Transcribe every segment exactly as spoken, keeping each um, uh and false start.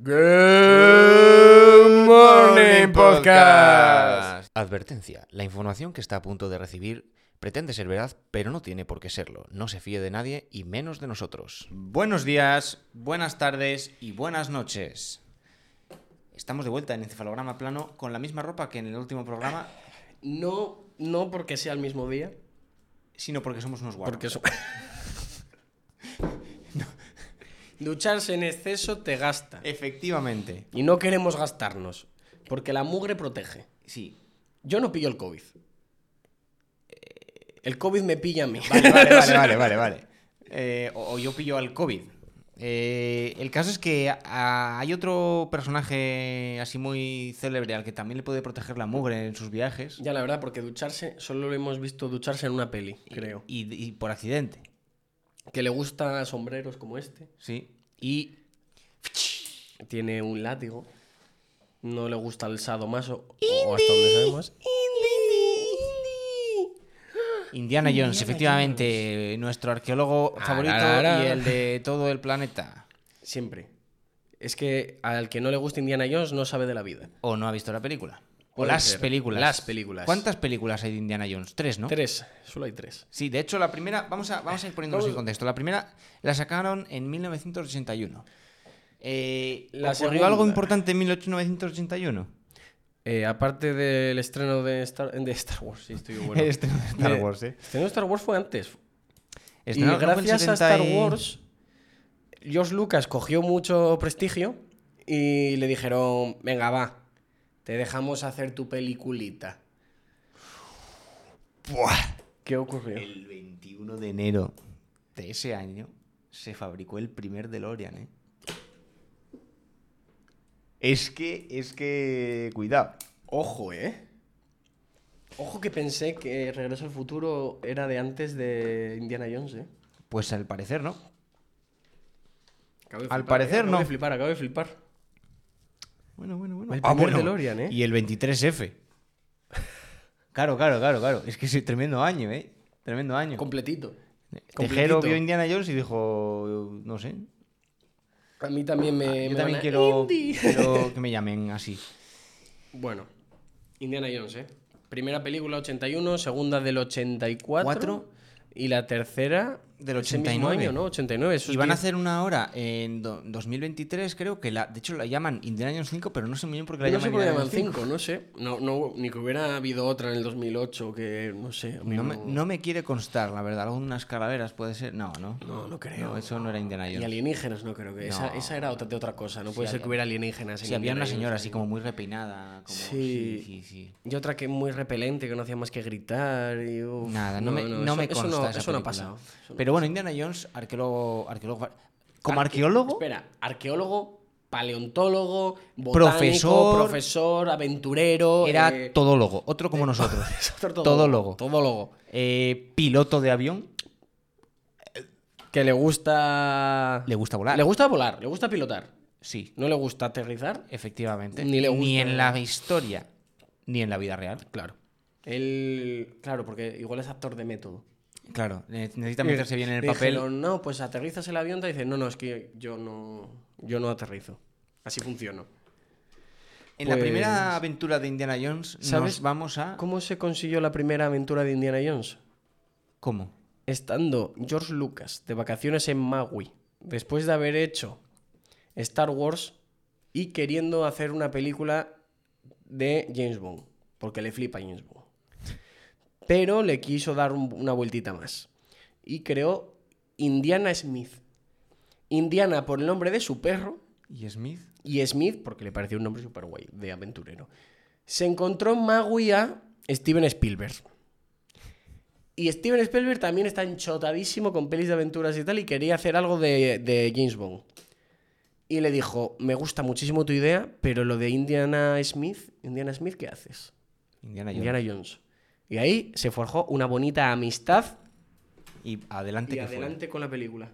Good Morning Podcast. Advertencia: la información que está a punto de recibir pretende ser veraz, pero no tiene por qué serlo. No se fíe de nadie y menos de nosotros. Buenos días, buenas tardes y buenas noches. Estamos de vuelta en Encefalograma Plano con la misma ropa que en el último programa. No, no porque sea el mismo día, sino porque somos unos guarros. porque so... no. Ducharse en exceso te gasta. Efectivamente. Y no queremos gastarnos, porque la mugre protege. Sí. Yo no pillo el COVID. El COVID me pilla a mí. Vale, vale, vale, vale, vale, vale. Eh, o, o yo pillo al COVID. Eh, el caso es que a, hay otro personaje así muy célebre al que también le puede proteger la mugre en sus viajes. Ya, la verdad, porque ducharse, solo lo hemos visto ducharse en una peli, y, creo. Y, y por accidente. Que le gusta sombreros como este. Sí. Y tiene un látigo. No le gusta el sadomaso. O hasta donde sabemos. Indiana Jones, Indiana efectivamente, Jones. Nuestro arqueólogo favorito Arara. y el de todo el planeta. Siempre. Es que al que no le gusta Indiana Jones no sabe de la vida. O no ha visto la película. O Puede las ser. películas. Las películas. ¿Cuántas películas hay de Indiana Jones? Tres, ¿no? Tres. Solo hay tres. Sí, de hecho, la primera... Vamos a, vamos a ir poniéndonos Vamos- en contexto. La primera la sacaron en mil novecientos ochenta y uno. Eh, La ¿Ocurrió segunda. algo importante en mil novecientos ochenta y uno? Eh, aparte del estreno de Star, de Star Wars, sí, estoy bueno. El estreno de Star De- Wars, ¿eh? El estreno de Star Wars fue antes. Estrenó- y ¿no fue en gracias a setenta Star y- Wars, George Lucas cogió mucho prestigio y le dijeron, venga, va, te dejamos hacer tu peliculita. ¡Buah! ¿Qué ocurrió? El veintiuno de enero de ese año se fabricó el primer DeLorean, ¿eh? Es que, es que... Cuidado. Ojo, ¿eh? Ojo que pensé que Regreso al Futuro era de antes de Indiana Jones, ¿eh? Pues al parecer, ¿no? Acabo de Al flipar, parecer, ¿eh? Acabo no. de flipar, acabo de flipar. Bueno, bueno, bueno. El Ah, primer bueno. DeLorean, ¿eh? Y el veintitrés F. Claro, claro, claro, claro. Es que es tremendo año, ¿eh? Tremendo año. Completito. Tejero completito. vio Indiana Jones y dijo... No sé. A mí también me... Yo me también van a- quiero, Indy. quiero que me llamen así. Bueno, Indiana Jones, ¿eh? Primera película ochenta y uno, segunda del ochenta y cuatro. Cuatro. Y la tercera Del ese ochenta y nueve. mismo año, ¿no? ochenta y nueve. Esos Y van a diez- hacer una ahora en do- dos mil veintitrés, creo que la, de hecho la llaman Indiana Jones cinco, pero no sé muy bien por qué la No sé llaman por qué Indiana llaman Jones cinco, no sé. No, no, ni que hubiera habido otra en el dos mil ocho, que no sé. a mí No me, no me quiere constar, la verdad. Algunas calaveras puede ser. No, no. No, no creo. No, eso no era Indiana Y Jones. alienígenas no creo que. Esa, No. esa era otra, de otra cosa. No puede Sí, ser había- que hubiera alienígenas. en Sí, había Indiana una Jones señora ahí. así como muy repeinada. Como... Sí. sí, sí, sí. Y otra que muy repelente, que no hacía más que gritar. Y, uf, Nada, no, me, no eso- me eso consta no, esa eso no ha película. pasado. Eso no Pero ha bueno, Indiana Jones, arqueólogo... arqueólogo como Arque- arqueólogo, Espera, arqueólogo, paleontólogo, botánico, Profesor. profesor, aventurero. era eh, todólogo. Otro como nosotros. es otro Todólogo. Todólogo. Eh, piloto de avión. Que le gusta. Le gusta volar. Le gusta volar, le gusta pilotar. Sí, No le gusta aterrizar. efectivamente. Ni le Ni gusta- en la historia, ni en la vida real. Claro. Él. Claro, porque igual es actor de método. Claro, ne- necesita meterse bien en el Le papel. dijeron, no, pues aterrizas el avión. Te dice, no, no, es que yo no. Yo no aterrizo. Así funciono. En la Pues- primera aventura de Indiana Jones ¿Sabes nos vamos a... ¿Cómo se consiguió la primera aventura de Indiana Jones? ¿Cómo? Estando George Lucas de vacaciones en Maui, después de haber hecho Star Wars y queriendo hacer una película de James Bond, porque le flipa James Bond. Pero le quiso dar un- una vueltita más y creó Indiana Smith. Indiana por el nombre de su perro ¿Y Smith? y Smith porque le pareció un nombre súper guay de aventurero. Se encontró en Maui a Steven Spielberg. Y Steven Spielberg también está enchotadísimo con pelis de aventuras y tal y quería hacer algo de, de James Bond. Y le dijo, me gusta muchísimo tu idea, pero lo de Indiana Smith, Indiana Smith, ¿qué haces? Indiana Jones. Indiana Jones. Y ahí se forjó una bonita amistad Y adelante y que adelante con la película.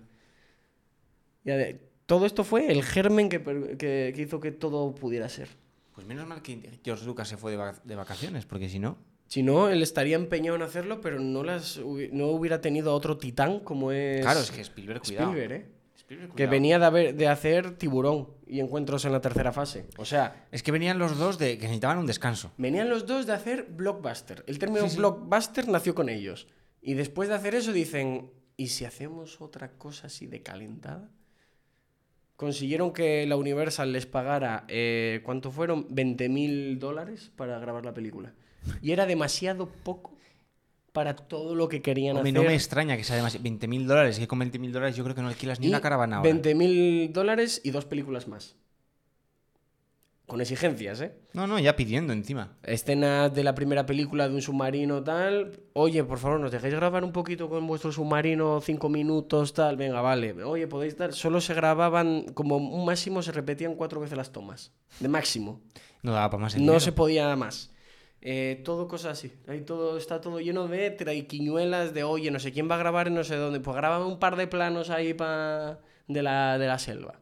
Y ade- todo esto fue el germen que, per- que- que hizo que todo pudiera ser. fue. Pues menos mal que George Lucas se fue de, vac- de vacaciones, porque si no... Si no, él estaría empeñado en hacerlo, pero no, las, hubi- no hubiera tenido a otro titán como es... Claro, es que Spielberg, cuidado. Spielberg, ¿eh? Que venía de, haber, de hacer Tiburón y Encuentros en la tercera fase. O sea... Es que venían los dos de que necesitaban un descanso. Venían los dos de hacer blockbuster. El término Sí, sí. blockbuster nació con ellos. Y después de hacer eso dicen, ¿y si hacemos otra cosa así de calentada? Consiguieron que la Universal les pagara, eh, ¿cuánto fueron? veinte mil dólares para grabar la película. Y era demasiado poco para todo lo que querían Hombre, hacer. no me extraña que sea demasiado. veinte mil dólares. Que con veinte mil dólares yo creo que no alquilas ni una caravana ahora. veinte mil dólares y dos películas más. Con exigencias, ¿eh? No, no, ya pidiendo encima. Escenas de la primera película de un submarino, tal. Oye, por favor, ¿nos dejáis grabar un poquito con vuestro submarino? Cinco minutos, tal. Venga, vale. Oye, podéis dar. Solo se grababan, como un máximo, se repetían cuatro veces las tomas. De máximo. No daba para más. No se podía más. Eh, todo cosas así. Ahí todo, está todo lleno de traiquiñuelas de, oye, no sé quién va a grabar en no sé dónde. Pues graban un par de planos ahí pa... de, la, de la selva.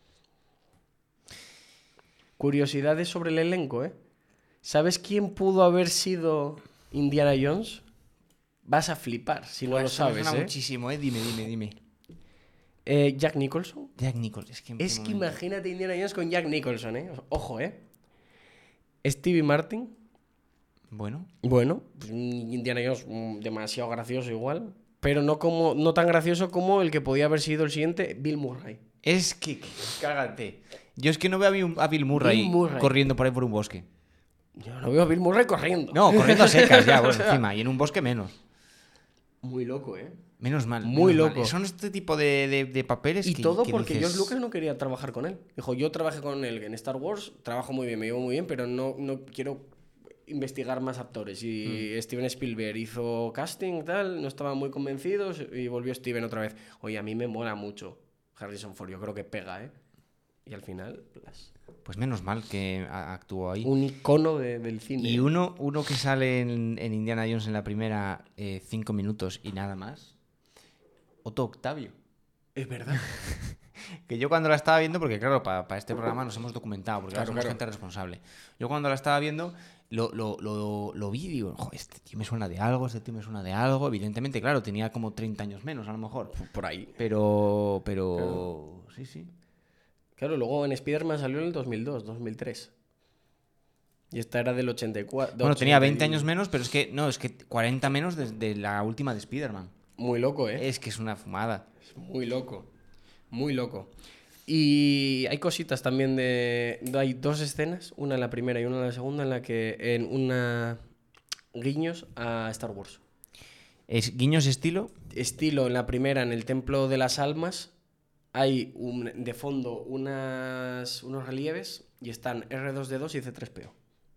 Curiosidades sobre el elenco, ¿eh? ¿Sabes quién pudo haber sido Indiana Jones? Vas a flipar si no Pues lo eso me sabes, suena ¿eh? muchísimo, ¿eh? Dime, dime, dime. Eh, Jack Nicholson. Jack Nicholson. Es que, en Es qué que momento. imagínate Indiana Jones con Jack Nicholson, ¿eh? Ojo, ¿eh? Stevie Martin. Bueno. Bueno, pues un Indiana Jones mm, demasiado gracioso igual. Pero no, como, no tan gracioso como el que podía haber sido el siguiente, Bill Murray. Es que, que- cágate. Yo es que no veo a Bill, a Bill Murray, Bill Murray. corriendo por ahí por un bosque. Yo no veo a Bill Murray corriendo. No, corriendo a secas ya, bueno, O sea, encima. Y en un bosque menos. Muy loco, ¿eh? Menos mal. Muy menos mal. loco. Son este tipo de, de- de papeles Y que todo que porque dices- George Lucas no quería trabajar con él. Dijo, yo trabajé con él en Star Wars, trabajo muy bien, me llevo muy bien, pero no, no quiero investigar más actores. Y Mm. Steven Spielberg hizo casting, tal, no estaban muy convencidos y volvió Steven otra vez. Oye, a mí me mola mucho Harrison Ford, yo creo que pega, ¿eh? Y al final, plas. Pues menos mal que a- actuó ahí. Un icono de- del cine. Y uno, uno que sale en, en Indiana Jones en la primera eh, cinco minutos y nada más. Otto Octavio. Es verdad. Que yo cuando la estaba viendo, porque claro, para este programa nos hemos documentado, porque ahora Claro, somos claro. gente responsable. Yo cuando la estaba viendo, lo, lo, lo, lo vi y digo, "Jo, este tío me suena de algo, este tío me suena de algo". Evidentemente, claro, tenía como treinta años menos a lo mejor. Por ahí. Pero, pero, sí, sí. Claro, luego en Spider-Man salió en el dos mil dos, dos mil tres. Y esta era del ochenta y cuatro. Bueno, tenía ochenta y- veinte años menos, pero es que, no, es que cuarenta menos desde la última de Spider-Man. Muy loco, ¿eh? Es que es una fumada. Es muy loco. Muy loco. Y hay cositas también de... Hay dos escenas, una en la primera y una en la segunda, en la que... En una... Guiños a Star Wars. Es guiños estilo. Estilo, en la primera, en el Templo de las Almas, hay un, de fondo unas, unos relieves y están erre dos de dos y ce tres pe o.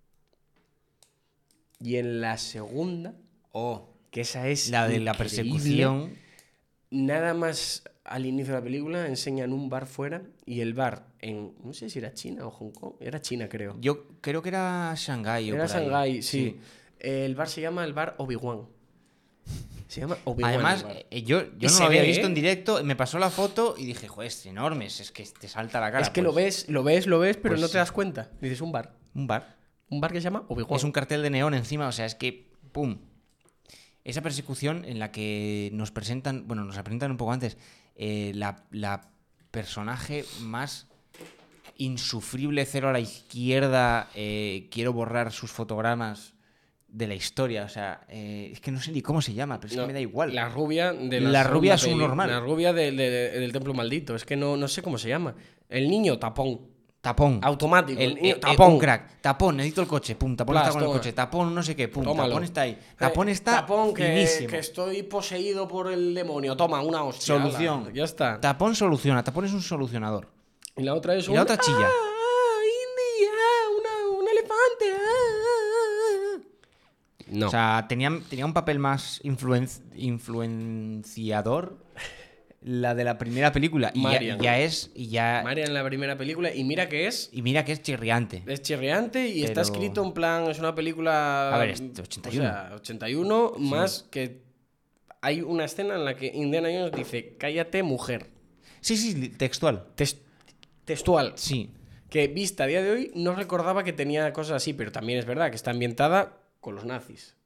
Y en la segunda, Oh, que esa es la de la increíble, persecución. nada más al inicio de la película enseñan un bar fuera y el bar en, no sé si era China o Hong Kong, era China creo. Yo creo que era Shanghái o Era por ahí. Shanghái, sí. El bar se llama el bar Obi-Wan. Se llama Obi-Wan. Además, el bar. eh, yo, Y yo no se lo había ve, visto ¿eh? en directo, me pasó la foto y dije, joder, es enorme, es que te salta la cara. es que Pues, lo ves, lo ves, lo ves, pero pues no sí. te das cuenta. Dices un bar. Un bar. Un bar que se llama Obi-Wan. Es un cartel de neón encima, o sea, es que, ¡pum! Esa persecución en la que nos presentan, bueno, nos presentan un poco antes, eh, la, la personaje más insufrible, cero a la izquierda, eh, quiero borrar sus fotogramas de la historia, o sea, eh, es que no sé ni cómo se llama, pero es No, que me da igual. La rubia de La segunda rubia peli. subnormal. La rubia de- de- del templo maldito. Es que no, no sé cómo se llama. El niño tapón. Tapón. Automático. El, el niño, eh, tapón. un crack. Tapón, necesito el coche. Pum, tapón Plas, está con el toma. coche. Tapón, no sé qué. Pum, Tómalo. tapón está ahí. Eh, Tapón está Tapón, que, finísimo. que estoy poseído por el demonio. Toma, una hostia. Solución. ala, ya está. Tapón soluciona. Tapón es un solucionador. Y la otra es Y un... la otra chilla. ¡Ah, Indy! ¡Ah, una- un elefante! ¡Ah, ah, ah! No. O sea, tenía, tenía un papel más influen- influenciador la de la primera película. Y ya, Marian. ya es. Y ya. María en la primera película. Y mira que es... Y mira que es chirriante. Es chirriante y está Pero- escrito en plan... Es una película... A ver, es de ochenta y uno. O sea, ochenta y uno, más que... Hay una escena en la que Indiana Jones dice, cállate, mujer. Sí, sí, li- textual. Tes- textual. Sí. Que vista a día de hoy no recordaba que tenía cosas así, pero también es verdad que está ambientada con los nazis.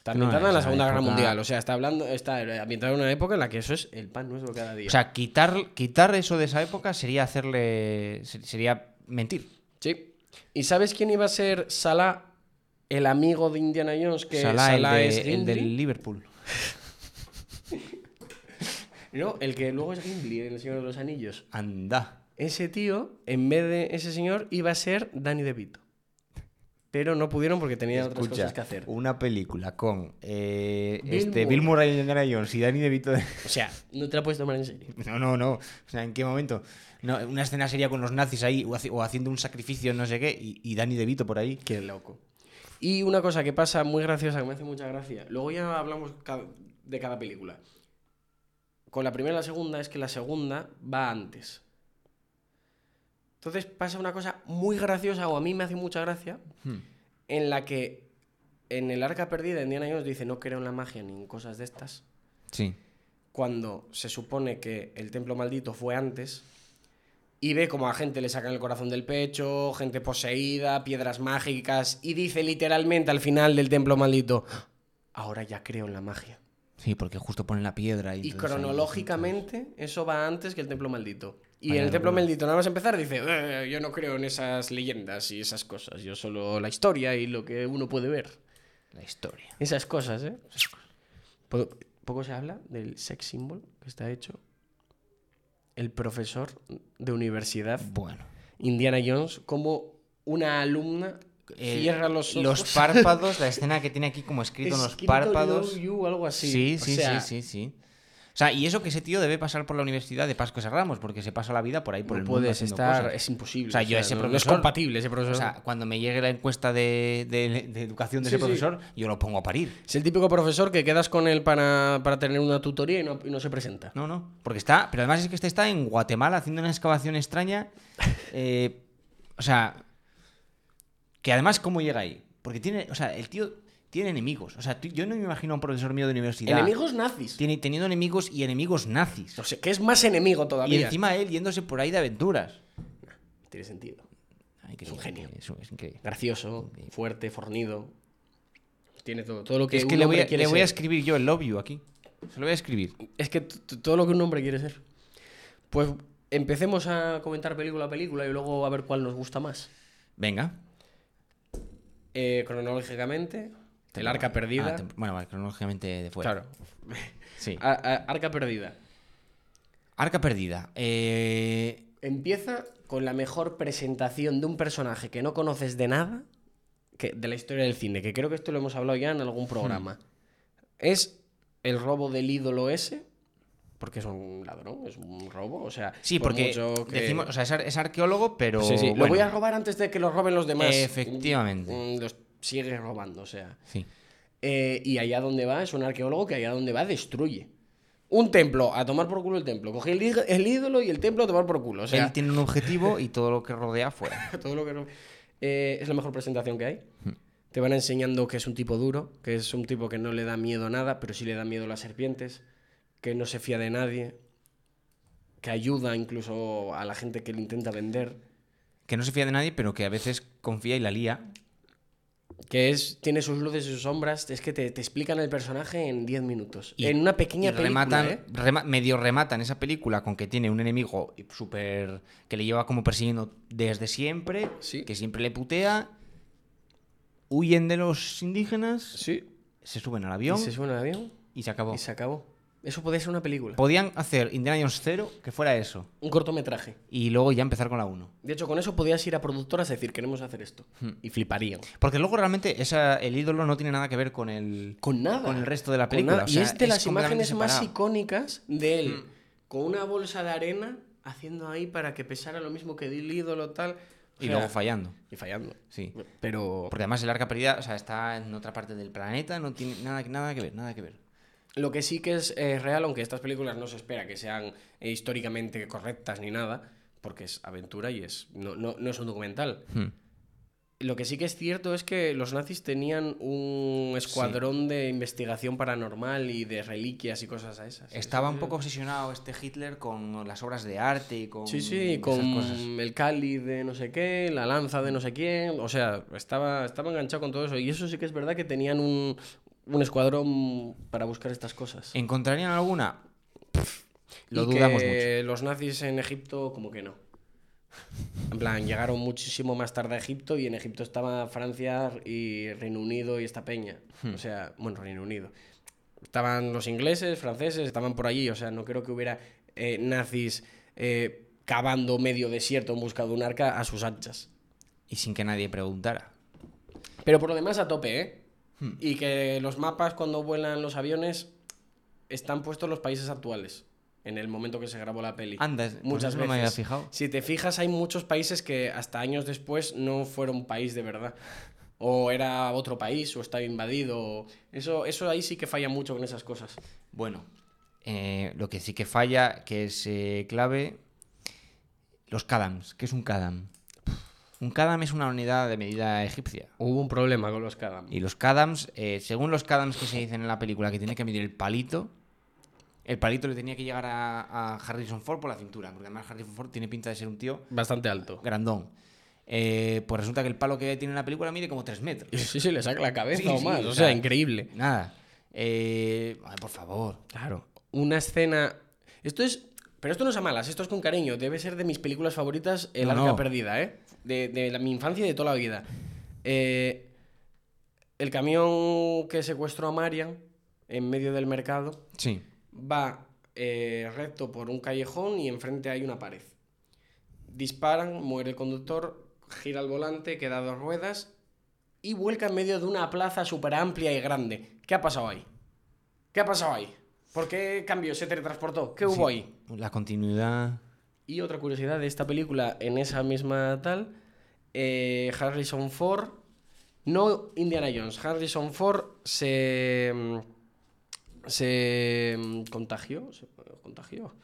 Está No, ambientada en la esa Segunda Guerra época- Mundial. O sea, está hablando, está ambientada en una época en la que eso es el pan nuestro cada día. O sea, quitar, quitar eso de esa época sería hacerle. sería mentir. sí. ¿Y sabes quién iba a ser Salah, el amigo de Indiana Jones? Que Salah, Salah, el, de- es el Gimli. del Liverpool. No, el que luego es Gimli en El Señor de los Anillos. Anda. Ese tío, en vez de ese señor, iba a ser Danny DeVito. Pero no pudieron porque tenía otras Escucha, cosas que hacer. una película con eh, Bill este, Murray. Bill Murray y Indiana Jones y Danny DeVito. de- O sea, no te la puedes tomar en serio. No, no, no. O sea, ¿en qué momento? No, una escena sería con los nazis ahí o, haci- o haciendo un sacrificio, no sé qué, y, y Danny DeVito por ahí. Qué loco. Y una cosa que pasa muy graciosa, que me hace mucha gracia. Luego ya hablamos ca- de cada película. Con la primera y la segunda es que la segunda va antes. Entonces pasa una cosa muy graciosa, o a mí me hace mucha gracia, Hmm. en la que en el Arca Perdida Indiana Jones dice no creo en la magia ni en cosas de estas, Sí. cuando se supone que el templo maldito fue antes, y ve como a gente le sacan el corazón del pecho, gente poseída, piedras mágicas, y dice literalmente al final del templo maldito, ahora ya creo en la magia. Sí, porque justo ponen la piedra. Y, Y entonces ahí- cronológicamente eso va antes que el templo maldito. Y Vaya en el templo locura. maldito nada más empezar dice, "Eh, yo no creo en esas leyendas y esas cosas, yo solo la historia y lo que uno puede ver. La historia. Esas cosas, ¿eh? Po- Poco se habla del sex symbol que está hecho el profesor de universidad Bueno. Indiana Jones como una alumna Eh, cierra los ojos. Los párpados, la escena que tiene aquí como escrito en los Escrito párpados. Love You, algo así. Sí, O sí, sea, sí, sí, sí. O sea, y eso que ese tío debe pasar por la universidad de Pascuas a Ramos, porque se pasa la vida por ahí por no el mundo puedes haciendo estar, cosas. es imposible. O sea, yo ese no- no es profesor- compatible ese profesor. O sea, cuando me llegue la encuesta de, de- de educación de Sí, ese sí. profesor, yo lo pongo a parir. Es el típico profesor que quedas con él para, para tener una tutoría y no, y no se presenta. No, no. Porque está. Pero además es que este está en Guatemala haciendo una excavación extraña. eh, o sea. Que además, ¿cómo llega ahí? Porque tiene. O sea, el tío tiene enemigos. O sea, tú- yo no me imagino a un profesor mío de universidad. Enemigos nazis. Tiene, teniendo enemigos y enemigos nazis. No sé, que es más enemigo Y todavía. encima él yéndose por ahí de aventuras. Tiene sentido. Ay, que Es un sí, genio. Es, un- es increíble. Gracioso, fuerte, fornido. Tiene todo. Todo lo que Es que un le voy, hombre a, quiere le voy a ser. escribir yo el love you aquí. Se lo voy a escribir. Es que t- t- todo lo que un hombre quiere ser. Pues empecemos a comentar película a película y luego a ver cuál nos gusta más. Venga. Eh, cronológicamente, el Arca Perdida. Ah, tem- bueno, vale, cronológicamente de fuera. Claro. Sí. A- a- Arca Perdida. Arca perdida. Eh, Empieza con la mejor presentación de un personaje que no conoces de nada que, de la historia del cine, que creo que esto lo hemos hablado ya en algún programa. Es el robo del ídolo ese, porque es un ladrón, es un robo, o sea... sí, por porque mucho que- decimos, o sea, es, ar- es arqueólogo, pero. Sí, sí, lo bueno, voy a robar antes de que lo roben los demás. Efectivamente. Mm, Los sigue robando, o sea... Sí. Eh, y allá donde va, es un arqueólogo que allá donde va destruye. Un templo, a tomar por culo el templo. Cogí el, í- el ídolo y el templo a tomar por culo. O sea, Él tiene un objetivo y todo lo que rodea fuera. todo lo que no- Eh, es la mejor presentación que hay. Hmm. Te van enseñando que es un tipo duro, que es un tipo que no le da miedo a nada, pero sí le da miedo a las serpientes, que no se fía de nadie, que ayuda incluso a la gente que le intenta vender, Que no se fía de nadie, pero que a veces confía y la lía. que es tiene sus luces y sus sombras. Es que te, te explican el personaje en diez minutos. Y- en una Y pequeña película, rematan, ¿eh? rema- medio rematan esa película con que tiene un enemigo súper. Que le lleva como persiguiendo desde siempre. Sí. Que siempre le putea. Huyen de los indígenas. Sí. Se suben al Y avión. se suena el avión Y se acabó. y se acabó. Eso podría ser una película. Podían hacer Indiana Jones cero, que fuera eso. Un cortometraje. Y luego ya empezar con la uno. De hecho, con eso podías ir a productoras a decir, queremos hacer esto. Hmm. Y fliparían. Porque luego realmente esa, el ídolo no tiene nada que ver con el. Con nada. Con el resto de la Con película. nada. O sea, y es de es las completamente imágenes más separado. icónicas de él. Mm. Con una bolsa de arena haciendo ahí para que pesara lo mismo que el ídolo tal. O Y sea, luego fallando. Y fallando. Sí. Pero Porque además el arca perdida, o sea, está en otra parte del planeta, no tiene nada, nada que ver, nada que ver. lo que sí que es eh, real, aunque estas películas no se espera que sean eh, históricamente correctas ni nada, porque es aventura y es no, no, no es un documental. Hmm. Lo que sí que es cierto es que los nazis tenían un escuadrón de investigación paranormal y de reliquias y cosas a esas. Estaba Eso un sí. poco obsesionado este Hitler con las obras de arte y con Sí, sí, esas con cosas. el cáliz de no sé qué, la lanza de no sé quién. O sea, estaba, estaba enganchado con todo eso. Y eso sí que es verdad que tenían un, un escuadrón para buscar estas cosas. ¿Encontrarían alguna? Lo y dudamos que mucho. los nazis en Egipto, como que no. En plan, llegaron muchísimo más tarde a Egipto y en Egipto estaba Francia y Reino Unido y esta peña. Hmm. O sea, bueno, Reino Unido. Estaban los ingleses, franceses, estaban por allí. O sea, no creo que hubiera eh, nazis eh, cavando medio desierto en busca de un arca a sus anchas. Y sin que nadie preguntara. Pero por lo demás a tope, ¿eh? Hmm. Y que los mapas cuando vuelan los aviones están puestos los países actuales. En el momento que se grabó la peli. Anda, pues muchas eso veces. no me había fijado. Si te fijas, hay muchos países que hasta años después no fueron país de verdad. O era otro país, o estaba invadido. Eso, eso ahí sí que falla mucho con esas cosas. Bueno, eh, lo que sí que falla, que es eh, clave, los Qadams. ¿Qué es un Qadam? Un Qadam es una unidad de medida egipcia. Hubo un problema con los Qadam. Y los Qadams, eh, según los Qadams que se dicen en la película, que tiene que medir el palito, el palito le tenía que llegar a, a Harrison Ford por la cintura, porque además Harrison Ford tiene pinta de ser un tío Bastante alto. grandón. Eh, pues resulta que el palo que tiene en la película mide como tres metros. Sí, sí, le saca la cabeza Sí, o sí, más. o O sea, sea, increíble. Nada. Eh, ay, por favor. Claro. Una escena... Esto es... Pero esto no es a malas, esto es con cariño. Debe ser de mis películas favoritas, El No, Arca no. Perdida, ¿eh? De, de la- mi infancia y de toda la vida. Eh, el camión que secuestró a Marian en medio del mercado Sí. va eh, recto por un callejón y enfrente hay una pared. Disparan, muere el conductor, gira el volante, queda a dos ruedas y vuelca en medio de una plaza súper amplia y grande. ¿Qué ha pasado ahí? ¿Qué ha pasado ahí? ¿Por qué cambió? ¿Se teletransportó? ¿Qué hubo Sí. ahí? La continuidad. Y otra curiosidad de esta película, en esa misma tal, eh, Harrison Ford, no Indiana Jones, Harrison Ford se, se contagió, se contagió.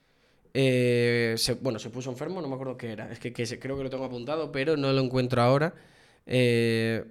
Eh, se, bueno, se puso enfermo, no me acuerdo qué era, es que, que se- creo que lo tengo apuntado, pero no lo encuentro ahora. Eh,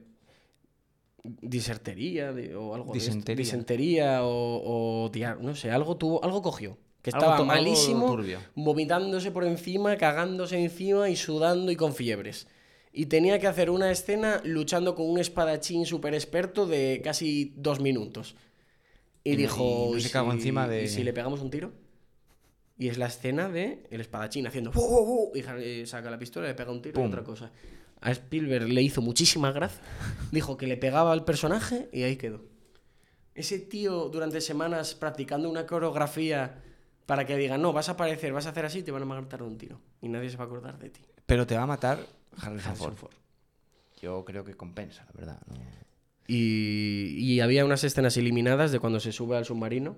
disertería de- o algo de esto. Disentería. Disentería o, o dia- no sé, algo tuvo, algo cogió. Que Algo estaba to- algo malísimo, turbio. vomitándose por encima, cagándose encima y sudando y con fiebres. Y tenía que hacer una escena luchando con un espadachín súper experto de casi dos minutos. Y, Y no- dijo, y no ¿y, se cagó si, encima de- ¿y si le pegamos un tiro? Y es la escena de el espadachín haciendo ¡fu, fu, fu! Y Harry saca la pistola, le pega un tiro y Pum. otra cosa. A Spielberg le hizo muchísima gracia. Dijo que le pegaba al personaje y ahí quedó. Ese tío durante semanas practicando una coreografía para que digan, no, vas a aparecer, vas a hacer así y te van a matar de un tiro. Y nadie se va a acordar de ti. Pero te va a matar Harrison Harrison Ford. Ford. Yo creo que compensa, la verdad. ¿no? Y, y había unas escenas eliminadas de cuando se sube al submarino,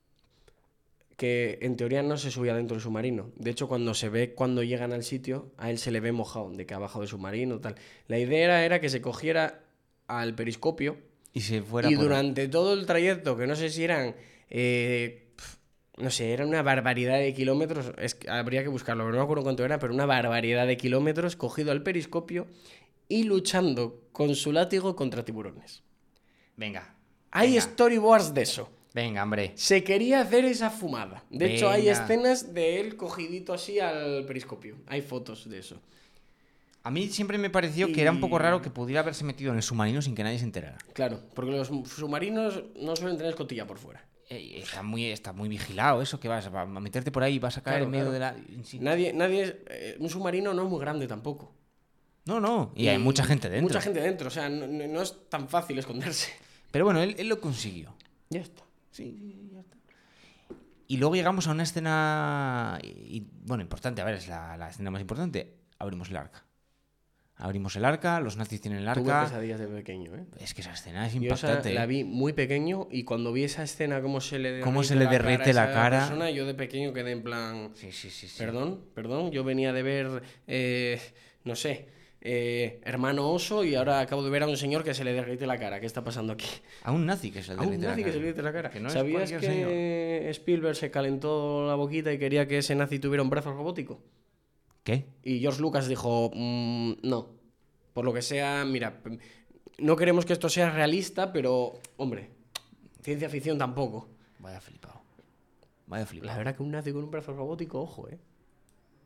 que en teoría no se subía dentro del submarino. De hecho, cuando se ve cuando llegan al sitio, a él se le ve mojado, de que abajo del submarino, tal. La idea era, era que se cogiera al periscopio Y si fuera y por- durante todo el trayecto, que no sé si eran... eh, pf, no sé, era una barbaridad de kilómetros, es que habría que buscarlo, pero no me acuerdo cuánto era, pero una barbaridad de kilómetros cogido al periscopio y luchando con su látigo contra tiburones. Venga. Hay venga, storyboards de eso. Venga, hombre. Se quería hacer esa fumada. De hecho, hay Venga. escenas de él cogidito así al periscopio. Hay fotos de eso. A mí siempre me pareció que era un poco raro que pudiera haberse metido en el submarino sin que nadie se enterara. Claro, porque los submarinos no suelen tener escotilla por fuera. Eh, Está muy, está muy vigilado eso, que vas a meterte por ahí y vas a caer Claro, en medio claro. de la... sí. Nadie, nadie, eh, un submarino no es muy grande tampoco. No, no. Y hay mucha gente dentro. Mucha gente dentro, o sea, no, no- no es tan fácil esconderse. Pero bueno, él, él lo consiguió. Ya está. Sí, sí, ya está. Y luego llegamos a una escena, y, y, bueno, importante, a ver, es la, la escena más importante. Abrimos el arca. Abrimos el arca, los nazis tienen el Tuve arca. pesadillas de pequeño, ¿eh? Es que esa escena es Yo esa impactante. la ¿eh? vi muy pequeño y cuando vi esa escena, cómo se le derrite, Cómo se le la, derrite cara a la esa cara. persona, yo de pequeño quedé en plan... Sí, sí, sí, sí. Perdón, perdón, yo venía de ver, eh, no sé, eh, Hermano Oso y ahora acabo de ver a un señor que se le derrite la cara. ¿Qué está pasando aquí? A un nazi que se le A un derrite la nazi que cara. se le derrite la cara. Que no es ¿Sabías cualquier que señor. Spielberg se calentó la boquita y quería que ese nazi tuviera un brazo robótico? ¿Qué? Y George Lucas dijo, "Mm, no, por lo que sea, mira, p- no queremos que esto sea realista, pero, hombre, ciencia ficción tampoco. Vaya flipado. Vaya flipado. La verdad que un nazi con un brazo robótico, ojo, eh.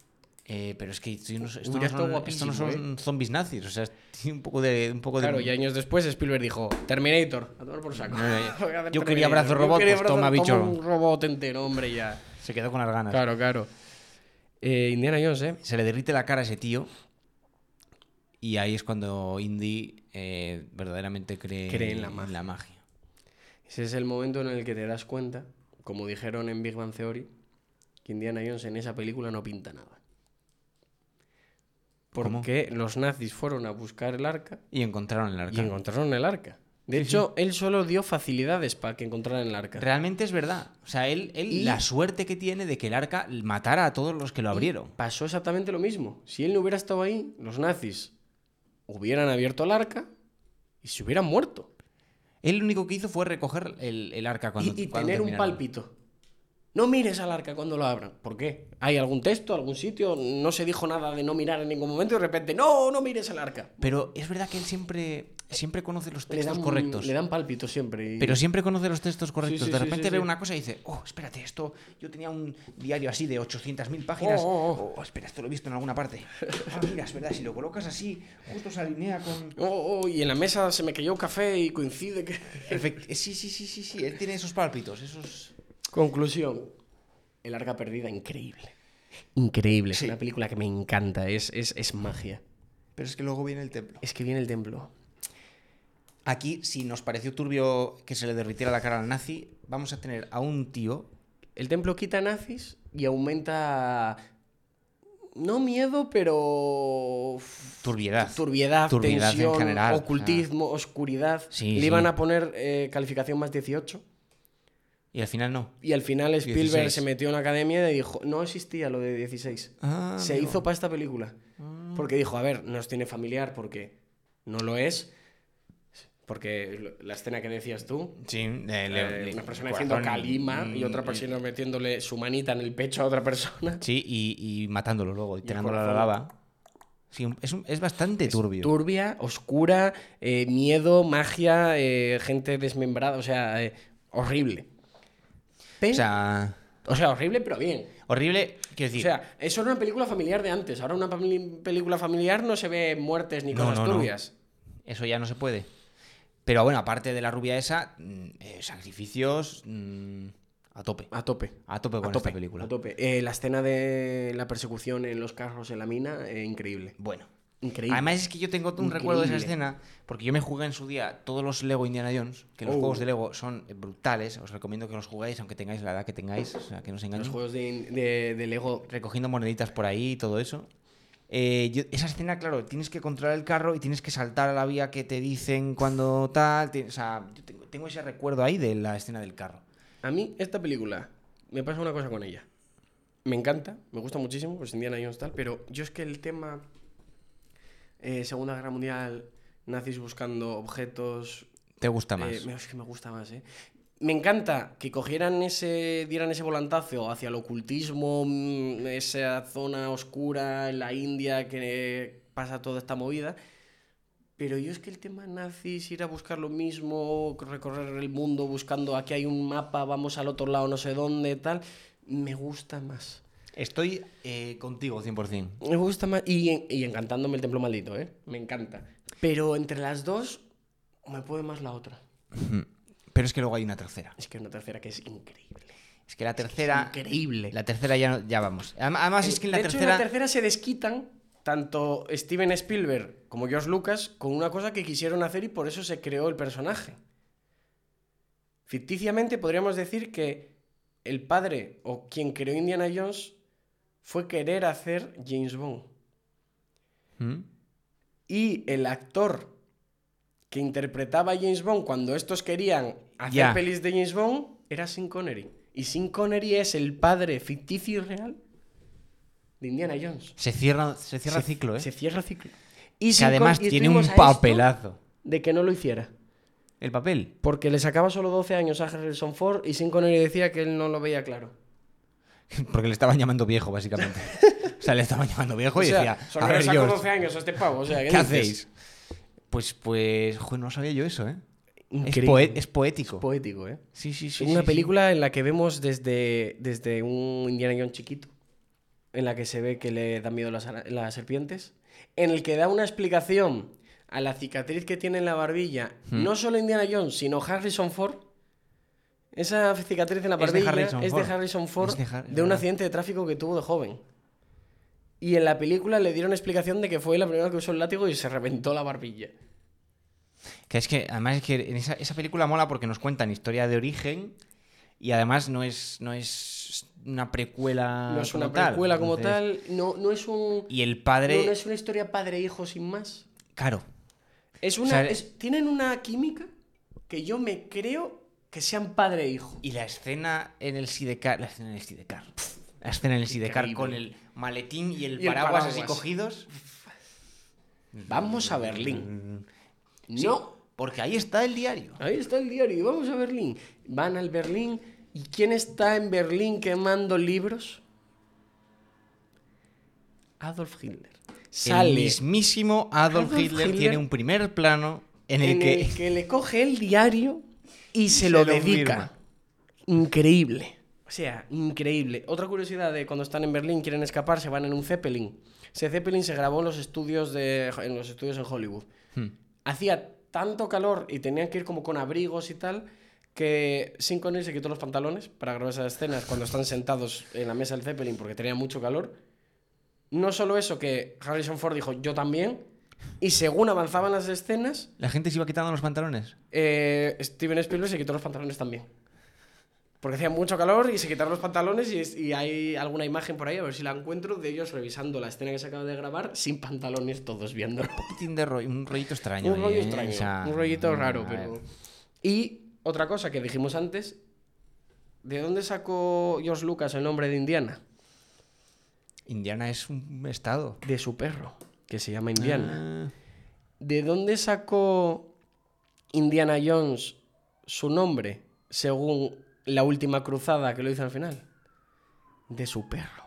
Eh, pero es que esto no, esto Hubiera no estado son, guapísimo, esto no son zombies nazis, o sea, tiene un poco de... Un poco de... Claro, y años después Spielberg dijo, Terminator, a tomar por saco. No, no, Voy a hacer yo quería Terminator. brazo Yo robot, quería pues brazo- toma, bicho. un robot entero, hombre, ya. Se quedó con las ganas. Claro, claro. Eh, Indiana Jones, ¿eh? Se le derrite la cara a ese tío y ahí es cuando Indy eh, verdaderamente cree, Cree en la magia. la magia. Ese es el momento en el que te das cuenta, como dijeron en Big Bang Theory, que Indiana Jones en esa película no pinta nada. Porque los nazis fueron a buscar el arca Y encontraron el arca. y encontraron el arca. De Sí, hecho, él solo dio facilidades para que encontraran el arca. Realmente es verdad. O sea, él, él Y- la suerte que tiene de que el arca matara a todos los que lo abrieron. Pasó exactamente lo mismo. Si él no hubiera estado ahí, los nazis hubieran abierto el arca y se hubieran muerto. Él lo único que hizo fue recoger el, el arca cuando y y cuando tener un terminaron. pálpito. No mires al arca cuando lo abran. ¿Por qué? ¿Hay algún texto, algún sitio? No se dijo nada de no mirar en ningún momento y de repente, no, no mires al arca. Pero es verdad que él siempre, siempre conoce los Le textos dan, correctos. le dan pálpito siempre. y- Pero siempre conoce los textos correctos. sí, de sí, repente sí, ve sí. una cosa y dice, oh, espérate, esto, yo tenía un diario así de ochocientas mil páginas. Oh, oh, Oh, espera, esto lo he visto en alguna parte. Ah, mira, es verdad, si lo colocas así, justo se alinea con... Oh, oh, y en la mesa se me cayó café y coincide que... Efect- Sí, sí, sí, sí, sí, él tiene esos pálpitos, esos... Conclusión. El arca perdida, increíble. Increíble. Sí. Es una película que me encanta. Es, es, es magia. Pero es que luego viene el templo. Es que viene el templo. Aquí, si nos pareció turbio que se le derritiera la cara al nazi, vamos a tener a un tío... El templo quita nazis y aumenta... No miedo, pero... Turbiedad. Turbiedad, Turbiedad en tensión, general, ocultismo, oscuridad. Sí, Le sí. iban a poner eh, calificación más dieciocho. Y al final no. Y al final Spielberg dieciséis. se metió en la academia y dijo, no existía lo de dieciséis. Ah, se amigo. hizo para esta película. Porque dijo, a ver, no os tiene familiar porque no lo es. Porque lo- la escena que decías tú, Sí, le- eh, le- una persona corazón, diciendo Kalima y mm, otra persona metiéndole su manita en el pecho a otra persona. Sí, y, y matándolo luego, y tirándolo a la corazón. lava. Sí, un- es, un- es bastante turbio. Turbia, oscura, eh, miedo, magia, eh, gente desmembrada, o sea, eh, horrible. Pero- O sea, o sea, horrible, pero bien. horrible, quiero O decir. sea, eso era una película familiar de antes. Ahora una peli- película familiar no se ve muertes ni No, cosas no, no. turbias. Eso ya no se puede. Pero bueno, aparte de la rubia esa, mm, eh, sacrificios mm, a tope. A tope. A tope con A tope, esta película. a tope. Eh, la escena de la persecución en los carros en la mina, eh, increíble. Bueno. Increíble. Además es que yo tengo un recuerdo de esa Increíble. escena, porque yo me jugué en su día todos los Lego Indiana Jones, que los Oh. juegos de Lego son brutales, os recomiendo que los juguéis, aunque tengáis la edad que tengáis, o sea, que no os engañen. Los juegos de, de- de Lego. Recogiendo moneditas por ahí y todo eso. Eh, yo- esa escena, claro, tienes que controlar el carro y tienes que saltar a la vía que te dicen cuando tal. ti- o sea, yo tengo, tengo ese recuerdo ahí de la escena del carro. A mí, esta película, me pasa una cosa con ella. Me encanta, me gusta muchísimo, pues Indiana Jones tal, pero yo es que el tema eh, Segunda Guerra Mundial, nazis buscando objetos, ¿Te gusta más? Eh, me- es que me gusta más, ¿eh? Me encanta que cogieran ese, dieran ese volantazo hacia el ocultismo, mm, esa zona oscura en la India que pasa toda esta movida. Pero yo es que el tema nazis, ir a buscar lo mismo, recorrer el mundo buscando aquí hay un mapa, vamos al otro lado, no sé dónde, tal, me gusta más. Estoy eh, contigo cien por ciento. Me gusta más. Y, y encantándome el templo maldito, ¿eh? Me encanta. Pero entre las dos, me puede más la otra. Pero es que luego hay una tercera. Es que hay una tercera que es increíble. Es que la tercera. Increíble. La tercera ya, no- ya vamos. Adem- Además, es que en la de hecho, tercera. en la tercera se desquitan tanto Steven Spielberg como George Lucas con una cosa que quisieron hacer y por eso se creó el personaje. Ficticiamente podríamos decir que el padre o quien creó Indiana Jones fue querer hacer James Bond. ¿Mm? Y el actor que interpretaba a James Bond cuando estos querían hacer Ya. pelis de James Bond era Sean Connery. Y Sean Connery es el padre ficticio y real de Indiana Jones. Se cierra, se cierra el ciclo, ¿eh? Se cierra el ciclo. Y Que Sean además Con- y tiene un estuvimos a esto papelazo. de que no lo hiciera. El papel. Porque le sacaba solo doce años a Harrison Ford y Sean Connery decía que él no lo veía claro. Porque le estaban llamando viejo, básicamente. O sea, le estaban llamando viejo O y sea, decía. solo A le ver, saco George, doce años a este pavo. O sea, ¿qué, ¿qué dices? hacéis? Pues, pues, joder, no sabía yo eso, ¿eh? Es, Increíble. poe- es poético. Es poético, ¿eh? Sí, sí, sí. Es una sí, película en la que vemos desde, desde un Indiana Jones chiquito en la que se ve que le dan miedo las, ara- las serpientes, en el que da una explicación a la cicatriz que tiene en la barbilla, Hmm. no solo Indiana Jones, sino Harrison Ford. Esa cicatriz en la Es de barbilla Harrison es de Ford. Harrison Ford Es de Har- es de un verdad. accidente de tráfico que tuvo de joven. Y en la película le dieron explicación de que fue la primera vez que usó el látigo y se reventó la barbilla. Que es que, además, es que en esa, esa película mola porque nos cuentan historia de origen y además no es, no es una precuela. No es como una tal. precuela como Entonces, tal, no, no es un... Y el padre. No, no es una historia padre-hijo sin más. Claro. Es una, O sea, es- tienen una química que yo me creo que sean padre e hijo. Y la escena en el sidecar. La escena en el sidecar. La escena en el sidecar Increíble. con el maletín y el Y el paraguas así paraguas. cogidos. Vamos a Berlín. Sí, No, porque ahí está el diario. ahí está el diario. Vamos a Berlín. Van al Berlín. ¿Y quién está en Berlín quemando libros? Adolf Hitler. Sale El mismísimo Adolf, Adolf Hitler, Hitler tiene un primer plano en el en que. el que le coge el diario y se, Se lo lo dedica. firma. Increíble. O sea, increíble. Otra curiosidad de cuando están en Berlín, quieren escapar, se van en un Zeppelin. Ese Zeppelin se grabó en los estudios de en los estudios en Hollywood. Hmm. Hacía tanto calor y tenían que ir como con abrigos y tal que Sean Connery se quitó los pantalones para grabar esas escenas cuando están sentados en la mesa del Zeppelin porque tenía mucho calor. No solo eso, que Harrison Ford dijo yo también, y según avanzaban las escenas, La gente se iba quitando los pantalones. eh, Steven Spielberg se quitó los pantalones también. Porque hacía mucho calor y se quitaron los pantalones y, es- y hay alguna imagen por ahí, a ver si la encuentro, de ellos revisando la escena que se acaba de grabar sin pantalones, todos viéndolo. Un poquitín de rollo, un rollito extraño. Un ahí, rollo ¿eh? extraño, O sea, un rollito mm, raro, a pero... ver. Y otra cosa que dijimos antes, ¿de dónde sacó George Lucas el nombre de Indiana? Indiana es un estado. De su perro, que se llama Indiana. Ah, ¿De dónde sacó Indiana Jones su nombre, según la última cruzada que lo hizo al final? De su perro.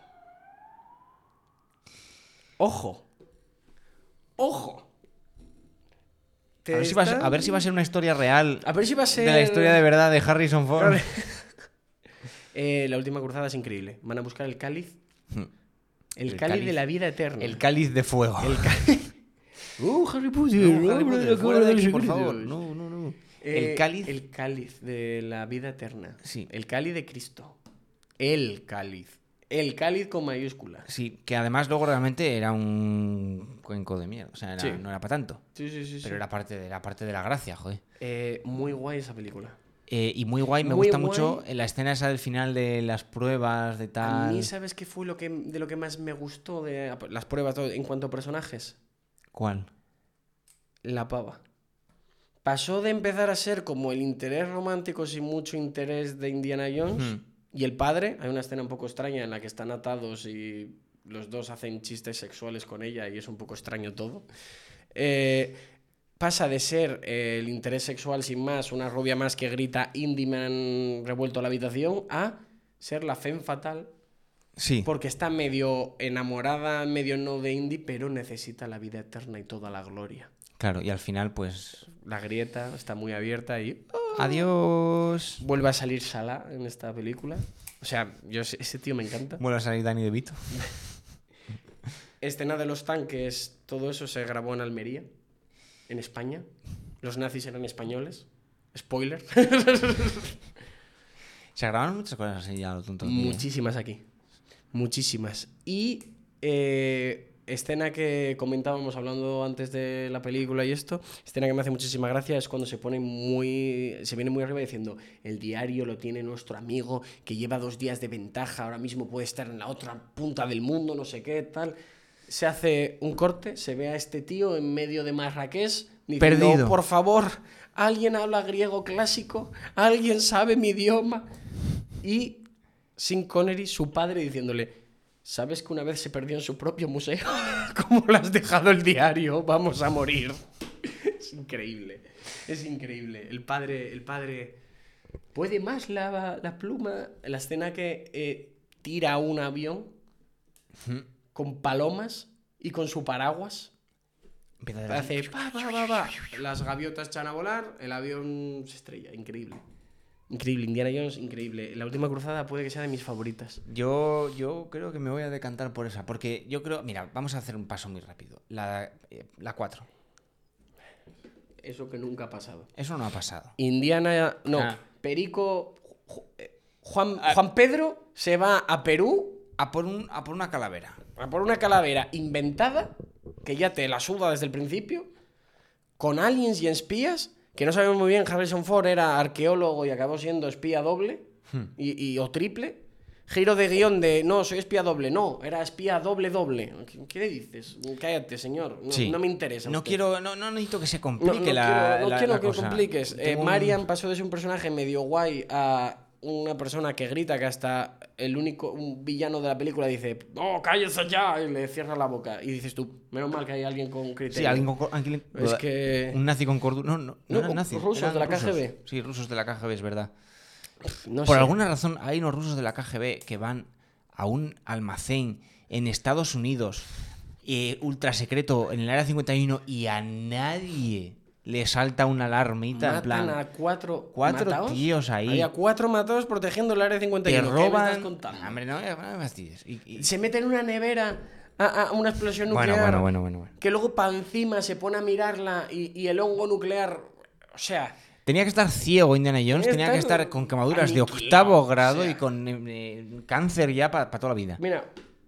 ¡Ojo! ¡Ojo! a, ver si va a, ser, a ver si va a ser una historia real A ver si va a ser... de la historia de verdad de Harrison Ford. Eh, la última cruzada es increíble. Van a buscar el cáliz. El, El cáliz, cáliz- de la vida eterna. El cáliz de fuego. El cáliz... ¡Uh, Harry Potter! No, Harry hombre, Potter, la fuera cámara de los aquí, por secretos. favor. No, no, no. Eh, el cáliz. El cáliz de la vida eterna. Sí. El cáliz de Cristo. El cáliz. El cáliz con mayúsculas. Sí, que además luego realmente era un cuenco de mierda. O sea, era- Sí. no era para tanto. Sí, sí, sí. Pero sí. era parte de, era parte de la gracia, joder. Eh, muy guay esa película. Eh, y muy guay, me Muy gusta guay. mucho la escena esa del final de las pruebas, de A tal. mí, ¿sabes qué fue lo que, de lo que más me gustó de las pruebas todo, en cuanto a personajes? ¿Cuál? La pava. Pasó de empezar a ser como el interés romántico sin mucho interés de Indiana Jones Hmm. y el padre. Hay una escena un poco extraña en la que están atados y los dos hacen chistes sexuales con ella y es un poco extraño todo. Eh, pasa de ser eh, el interés sexual sin más, una rubia más que grita Indy Man revuelto a la habitación, a ser la femme fatal Sí. porque está medio enamorada, medio no de Indy, pero necesita la vida eterna y toda la gloria. Claro, y al final, pues. La grieta está muy abierta y Adiós. vuelve a salir Salah en esta película. O sea, yo ese ese tío me encanta. Vuelve a salir Danny DeVito. Escena de los tanques, todo eso se grabó en Almería, en España. Los nazis eran españoles. Spoiler. Se grabaron muchas cosas así ya, lo tonto. aquí, ¿eh? Muchísimas aquí. Muchísimas. Y eh, escena que comentábamos hablando antes de la película y esto, escena que me hace muchísima gracia es cuando se pone muy, se viene muy arriba diciendo el diario lo tiene nuestro amigo que lleva dos días de ventaja, ahora mismo puede estar en la otra punta del mundo, no sé qué, tal. Se hace un corte, se ve a este tío en medio de Marrakech diciendo, Perdido. por favor, ¿alguien habla griego clásico? ¿Alguien sabe mi idioma? Y Sean Connery, su padre, diciéndole, ¿sabes que una vez se perdió en su propio museo? ¿Cómo le has dejado el diario? Vamos a morir. Es increíble, es increíble. El padre, el padre puede más la, la pluma. La escena que eh, tira un avión con palomas y con su paraguas. Empieza a hacer- Hace pa, pa, pa, pa. Las gaviotas echan a volar, el avión se estrella. Increíble. Increíble, Indiana Jones, increíble. La última cruzada puede que sea de mis favoritas. Yo, yo creo que me voy a decantar por esa, porque yo creo... Mira, vamos a hacer un paso muy rápido. La, eh, la cuatro. Eso que nunca ha pasado. Eso no ha pasado. Indiana... No, Ah. Perico... Juan, Juan Pedro se va a Perú A por, un, a por una calavera. a por una calavera inventada, que ya te la suda desde el principio, con aliens y espías, que no sabemos muy bien. Harrison Ford era arqueólogo y acabó siendo espía doble Hmm. y, y- o triple. Giro de guión de, no, soy espía doble. No, era espía doble doble. ¿Qué, qué le dices? Cállate, señor. No, Sí. no me interesa. No usted. quiero, no, no necesito que se No, complique no la, quiero, no la- quiero la que cosa. compliques. Eh, Tengo un- Marian pasó de ser un personaje medio guay a una persona que grita, que hasta el único un villano de la película dice, ¡oh, cállese ya! Y le cierra la boca. Y dices tú, menos mal que hay alguien con criterio. Sí, alguien con, cor- alguien- Es que... un nazi con cordura. No, no, no, No, eran nazis. rusos eran de la rusos. K G B. Sí, rusos de la K G B, es verdad. No Por sé. alguna razón hay unos rusos de la K G B que van a un almacén en Estados Unidos, eh, ultra secreto, en el área cincuenta y uno, y a nadie le salta una alarmita. Matan en plan, a cuatro, cuatro mataos. tíos ahí. Había cuatro matados protegiendo el área cincuenta y te uno. ¿Qué me estás roban. contando? Hombre, no, no me fastidies. Y- y- Se mete en una nevera a, a una explosión Bueno, nuclear. bueno, bueno, bueno, bueno. Que luego para encima se pone a mirarla y, y el hongo nuclear... O sea... Tenía que estar ciego Indiana Jones, Tenía que tenía que estar estar con quemaduras de aniquilado, octavo grado o sea. y con eh, eh, cáncer ya para toda la vida. Mira,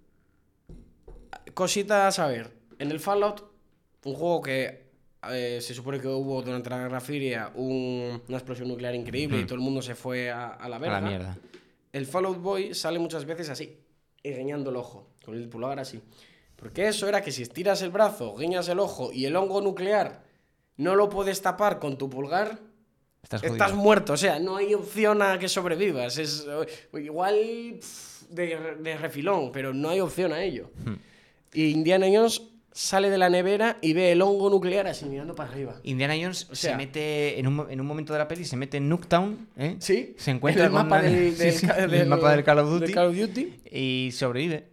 cosita a saber. En el Fallout, un juego que eh, se supone que hubo durante la Guerra Fría un- una explosión nuclear increíble y Hmm. todo el mundo se fue a, a la A verga. la mierda. El Fallout Boy sale muchas veces así, y guiñando el ojo, con el pulgar así. Porque eso era que si estiras el brazo, guiñas el ojo y el hongo nuclear no lo puedes tapar con tu pulgar, Estás estás jodido. muerto. O sea, no hay opción a que sobrevivas. Es eh, igual pff, de, de refilón, pero no hay opción a ello. Hmm. Y Indiana Jones sale de la nevera y ve el hongo nuclear así mirando para arriba. Indiana Jones O sea- se mete en un, mo- en un momento de la peli, se mete en Nuketown, ¿eh? Sí, Se encuentra en el con mapa una- del, sí, del, sí, ca- en el mapa del Call of Duty. del Call of Duty. Y sobrevive.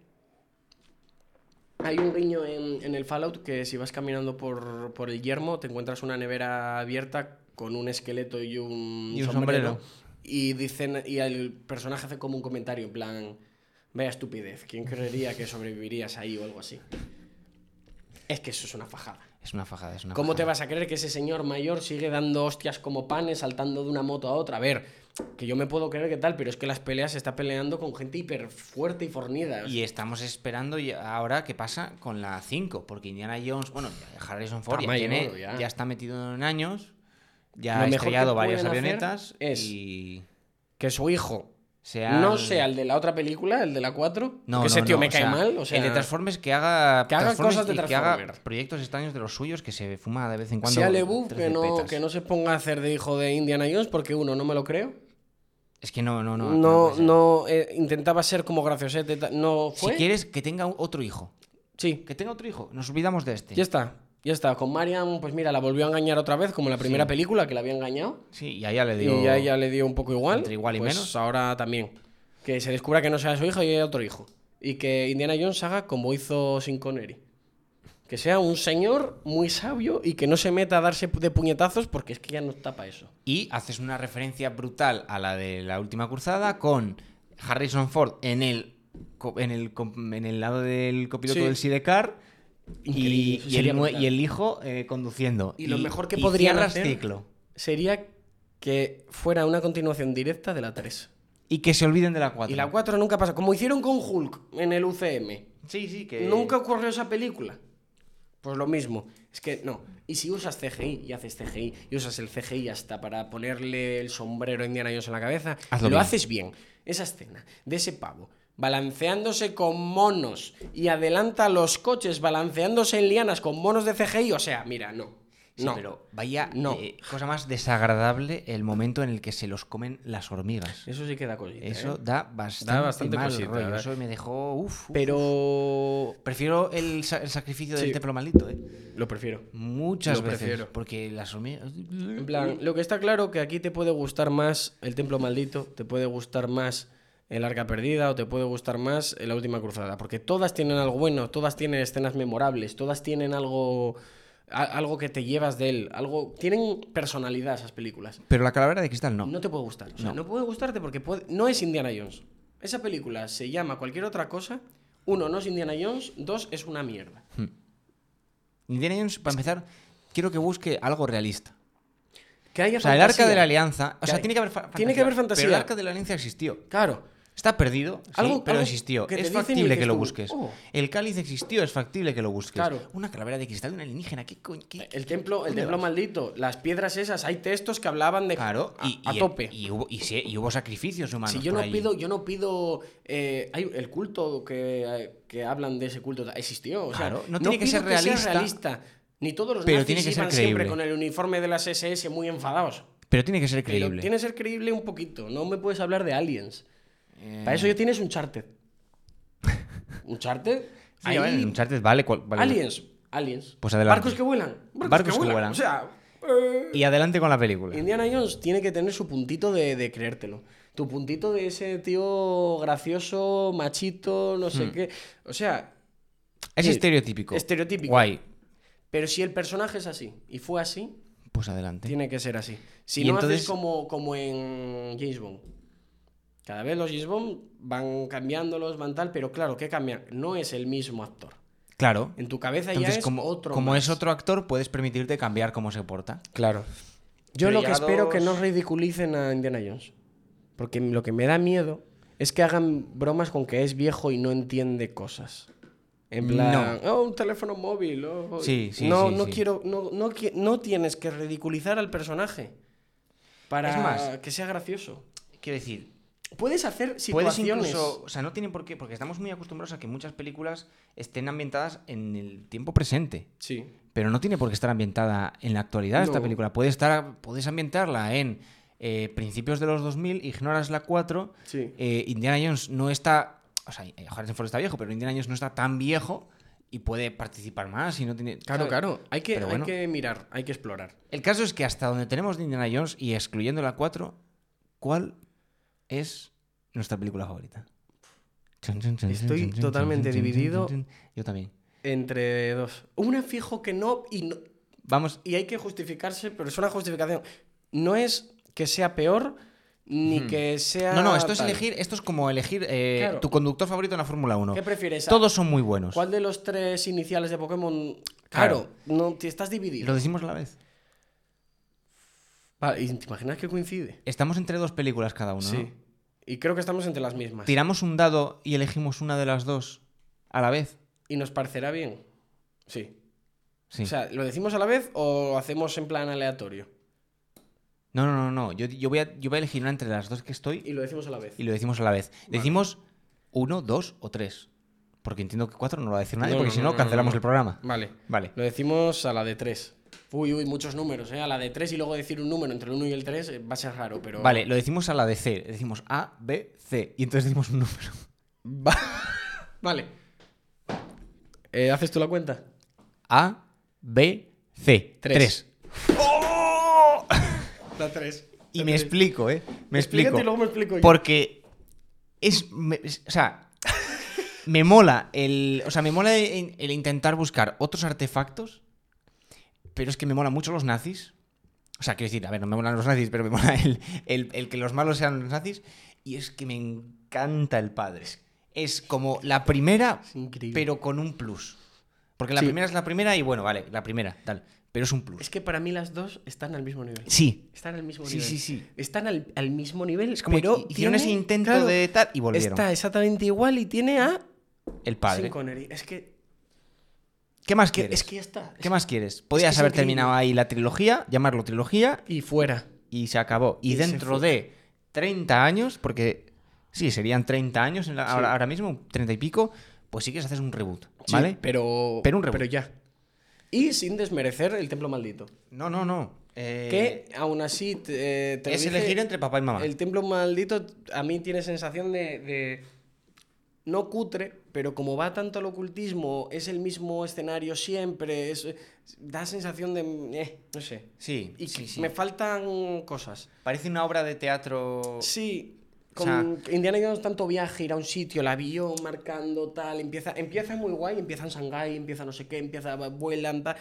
Hay un guiño en, en el Fallout que si vas caminando por, por el yermo te encuentras una nevera abierta con un esqueleto y un, Y un sombrero. Y dicen y el personaje hace como un comentario en plan, vaya estupidez, ¿quién creería que sobrevivirías ahí o algo así? Es que eso es una fajada. Es una fajada, es una ¿Cómo te fajada. vas a creer que ese señor mayor sigue dando hostias como panes, saltando de una moto a otra? A ver, que yo me puedo creer que tal, pero es que las peleas se está peleando con gente hiper fuerte y fornida. Y estamos esperando y ahora qué pasa con la cinco, porque Indiana Jones, bueno, Harrison Ford Está ya, mayor, tiene- ya. ya está metido en años, ya Lo ha mejor que estrellado varias pueden hacer avionetas es- y Que su hijo sea no sea el de la otra película, el de la cuatro, No, que ese no, tío no, me o cae sea, mal. O sea, el de Transformers que haga, que haga Transformers cosas de y que haga Transformer. proyectos extraños de los suyos, que se fuma de vez en cuando. sea LeBouf, que trece no, petas. que no se ponga a hacer de hijo de Indiana Jones, porque uno, no me lo creo. Es que no, no, no. No, puede ser. no, eh, intentaba ser como graciosete, ta- no Si fue. quieres que tenga otro hijo, Sí, que tenga otro hijo, nos olvidamos de este. ya está. Ya está, con Mariam, pues mira, la volvió a engañar otra vez, como la primera Sí. película que la había engañado. Sí, y a ella le dio. Y a ella le dio un poco igual. Entre igual y pues menos. ahora también. Que se descubra que no sea su hija y haya otro hijo. Y que Indiana Jones haga como hizo Sean Connery. Que sea un señor muy sabio y que no se meta a darse de puñetazos porque es que ya no está para eso. Y haces una referencia brutal a la de la última cruzada con Harrison Ford en el, co- en el, com- en el lado del copiloto Sí. del sidecar Increíble, y, eso y sería el, mue- brutal. y el hijo eh, conduciendo. Y lo mejor que y podrían cierras hacer- ciclo. Sería que fuera una continuación directa de la tres. Y que se olviden de la cuatro. Y la cuatro nunca pasa. Como hicieron con Hulk en el U C M. Sí, sí, que... Nunca ocurrió esa película. Pues lo mismo. Es que no. Y si usas C G I y haces C G I y usas el C G I hasta para ponerle el sombrero a Indiana Jones en la cabeza, Hazlo lo bien. haces bien. Esa escena de ese pavo balanceándose con monos y adelanta los coches balanceándose en lianas con monos de C G I, o sea, mira, no. Sí, no. pero vaya No. eh, cosa más desagradable el momento en el que se los comen las hormigas. Eso sí que da cosita. Eso ¿eh? da bastante, Da bastante mal cosita, rollo. ¿verdad? Eso me dejó... Uf, uf. Pero... Prefiero el, sa- el sacrificio del Sí. templo maldito, ¿eh? Lo prefiero. Muchas Lo veces. prefiero. Porque las hormigas... En plan, lo que está claro que aquí te puede gustar más el Templo Maldito, te puede gustar más el Arca Perdida o te puede gustar más la Última Cruzada, porque todas tienen algo bueno, todas tienen escenas memorables, todas tienen algo A- algo que te llevas de él. Algo... Tienen personalidad esas películas. Pero la calavera de cristal no. No te puede gustar. O sea, No. no, puede gustarte porque puede- no es Indiana Jones. Esa película se llama cualquier otra cosa. Uno, no es Indiana Jones. Dos, es una mierda. Indiana Jones, para empezar, quiero que busque algo realista. Que haya O sea, el Arca fantasía. de la Alianza... O Que sea, hay- tiene que haber fa- fantasía. tiene que haber fantasía. Pero el Arca de la Alianza existió. Claro. Está perdido, sí, Algo- pero algo existió. que te Es dicen y factible dices que lo tú, busques. "Oh". El cáliz existió, es factible que lo busques. Claro. Una calavera de cristal de un alienígena, ¿qué coño? qué- El templo, el ¿Dónde templo vas? maldito. Las piedras esas. Hay textos que hablaban de... Claro, a, y, a y- tope. Y, hubo, y, sí, y hubo sacrificios humanos. Si yo por no ahí. pido, yo no pido. eh, hay el culto que, eh, que hablan de ese culto existió. O sea, Claro, no tiene que pido ser realista, realista. Ni todos los pero nazis tiene que ser iban siempre creíble. con el uniforme de las ese ese muy enfadados. Pero tiene que ser Pero creíble. tiene que ser creíble un poquito. No me puedes hablar de aliens. Eh, Para eso ya tienes un charter. ¿Un charter? Sí, vale, Uncharted vale, cual- vale. Aliens. Aliens. Pues adelante. Barcos que vuelan. Barcos, Barcos que, que vuelan. vuelan. O sea. eh, Y adelante con la película. Indiana Jones tiene que tener su puntito de, de creértelo. Tu puntito de ese tío gracioso, machito, no sé qué. O sea, Es sí, estereotípico. estereotípico. Guay. pero si el personaje es así y fue así, Pues adelante. tiene que ser así. Si Y no entonces- haces como, como en James Bond. Cada vez los James Bond van cambiándolos, van tal, pero claro, ¿qué cambia? No es el mismo actor. Claro. En tu cabeza ya Entonces, es como, otro como más. es otro actor, puedes permitirte cambiar cómo se porta. Claro. Yo Pero lo que llegados- espero que no ridiculicen a Indiana Jones. Porque lo que me da miedo es que hagan bromas con que es viejo y no entiende cosas. En plan, oh, un teléfono móvil. oh, oh". Sí, sí, No, sí, no sí. quiero, no, no, qui- no tienes que ridiculizar al personaje para Es más, que sea gracioso. Quiero decir, Puedes hacer puedes situaciones. incluso... O sea, no tienen por qué... Porque estamos muy acostumbrados a que muchas películas estén ambientadas en el tiempo presente. Sí. Pero no tiene por qué estar ambientada en la actualidad esta No. película. Puede estar, puedes ambientarla en eh, principios de los dos mil, ignoras la cuatro. Sí. eh, Indiana Jones no está... O sea, Harrison Ford está viejo, pero Indiana Jones no está tan viejo y puede participar más y no tiene... Claro, ¿sabes? claro. Hay que, Pero hay bueno. que mirar, hay que explorar. El caso es que hasta donde tenemos de Indiana Jones y excluyendo la cuatro, ¿cuál es nuestra película favorita? Estoy totalmente dividido. Yo también. Entre dos. Una fijo que no y, no Vamos... y hay que justificarse, pero es una justificación. No es que sea peor ni que sea. No, no, esto es tal. elegir, esto es como elegir eh, Claro. tu conductor favorito en la Fórmula uno. ¿Qué prefieres? Todos son muy buenos. ¿Cuál de los tres iniciales de Pokémon? Claro. Claro, no, te estás dividido. Lo decimos a la vez. Vale, ¿y te imaginas que coincide? Estamos entre dos películas cada uno, Sí. ¿no? Y creo que estamos entre las mismas. Tiramos un dado y elegimos una de las dos a la vez. ¿Y nos parecerá bien? Sí. Sí. O sea, ¿lo decimos a la vez o hacemos en plan aleatorio? no, no, no, no. Yo, yo, voy a, yo voy a elegir una entre las dos que estoy Y lo decimos a la vez. y lo decimos a la vez. Decimos uno, dos o tres. Porque entiendo que cuatro no lo va a decir nadie, No, porque no, si no, no, no, cancelamos no, no. el programa. Vale. Vale. Lo decimos a la de tres. Uy, uy, muchos números, ¿eh? A la de tres y luego decir un número entre el uno y el tres va a ser raro, pero... Vale, lo decimos a la de C. Decimos A, B, C. Y entonces decimos un número. Va- Vale. Eh, ¿Haces tú la cuenta? A, B, C. Tres. Tres. ¡Oh! La tres. Y me explico, ¿eh? Me Explícate explico. y luego me explico yo. Porque es, me- es- o sea, me mola el, o sea, me mola el, el intentar buscar otros artefactos, pero es que me mola mucho los nazis. O sea, quiero decir, a ver, no me molan los nazis, pero me mola el, el- el que los malos sean los nazis. Y es que me encanta el padre. Es como la primera, Es increíble. pero con un plus. Porque la Sí. primera es la primera y bueno, vale, la primera, tal. Pero es un plus. Es que para mí las dos están al mismo nivel. Sí. Están al mismo Sí, nivel. sí, sí. Están al, al mismo nivel. Es como pero que hicieron tiene- ese intento claro, de tal y volvieron. Está exactamente igual y tiene a... El padre. Sean Connery. Es que... ¿Qué más que- quieres? es que ya está. ¿Qué más quieres? Podías es haber increíble. terminado ahí la trilogía, llamarlo trilogía Y fuera. y se acabó. Y, Y se dentro fue. de treinta años, porque sí, serían treinta años en la- Sí. ahora, ahora mismo, treinta y pico, pues sí que haces un reboot, ¿vale? Sí, pero... Pero un reboot. Pero ya. Y sin desmerecer el Templo Maldito. No, no, no. Eh, Que aún así te, te lo es dije, elegir entre papá y mamá. el Templo Maldito a mí tiene sensación de, de no cutre, pero como va tanto al ocultismo, es el mismo escenario siempre, es, da sensación de eh, no sé. Sí, Y sí, que sí. me faltan cosas. Parece una obra de teatro. Sí, O con Indiana Jones tanto viaje, ir a un sitio, el avión marcando tal, empieza empieza muy guay, empieza en Shanghái, empieza no sé qué, empieza vuelan tal.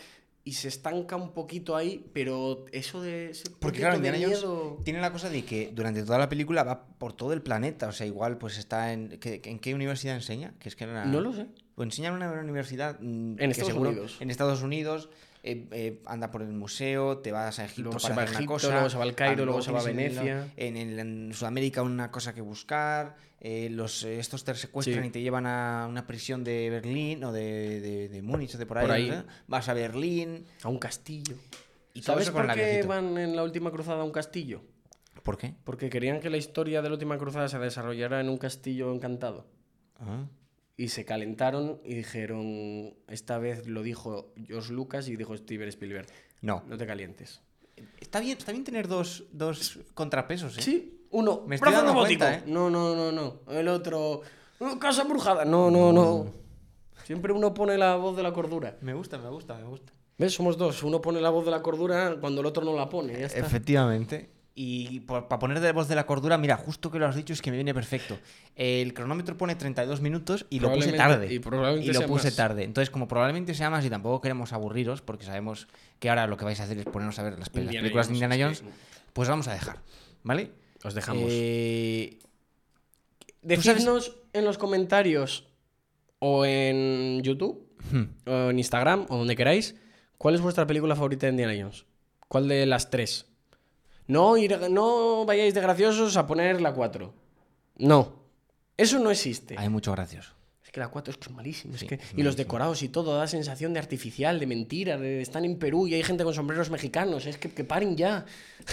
y se estanca un poquito ahí, pero eso de ese Porque poquito claro, de Indiana Jones miedo... tiene la cosa de que durante toda la película va por todo el planeta. O sea, igual pues está en... ¿qué- ¿En qué universidad enseña? Que es que era... No lo sé. Pues enseña en una universidad... mm, En que Estados seguro- Unidos. En Estados Unidos. eh, eh, anda por el museo, te vas a Egipto Luego se para va a hacer Egipto, una cosa. luego se va al Cairo, ah, luego se va a tienes en el- Venecia. En, el- en Sudamérica una cosa que buscar. eh, los, eh, estos te secuestran Sí. y te llevan a una prisión de Berlín o de, de, de Múnich o de por ahí. Por ahí. ¿no? Vas a Berlín. A un castillo. Y todo ¿Sabes eso con por el qué aviacito. van en la última cruzada a un castillo? ¿Por qué? Porque querían que la historia de la última cruzada se desarrollara en un castillo encantado. Ah. Y se calentaron y dijeron, esta vez lo dijo George Lucas y dijo Steven Spielberg, No. no te calientes. Está bien, está bien tener dos, dos contrapesos, ¿eh? Sí, uno, Me estoy brazo dando robótico. cuenta, ¿eh? No, no, no, no. El otro, "Oh, casa embrujada. No, no, no. Siempre uno pone la voz de la cordura. Me gusta, me gusta, me gusta. ¿Ves? Somos dos. Uno pone la voz de la cordura cuando el otro no la pone. Ya está. Efectivamente. Y para poner de voz de la cordura, mira, justo que lo has dicho es que me viene perfecto. El cronómetro pone treinta y dos minutos y lo puse Probablemente- tarde. y probablemente lo sea puse más. tarde. Entonces, como probablemente sea más y tampoco queremos aburriros, porque sabemos que ahora lo que vais a hacer es ponernos a ver las, pe- las Indiana películas de Jones, Indiana es Jones, que- pues vamos a dejar, ¿vale? Os dejamos. Eh, Decidnos en los comentarios o en YouTube hmm, o en Instagram o donde queráis cuál es vuestra película favorita de Indiana Jones. ¿Cuál de las tres? No, ir, no vayáis de graciosos a poner la cuatro. No. Eso no existe. hay mucho gracioso. Es que la cuatro es que es malísimo. Sí, es que... es Y los malísimo. decorados y todo da sensación de artificial, de mentira, de están en Perú y hay gente con sombreros mexicanos. Es que, que paren ya.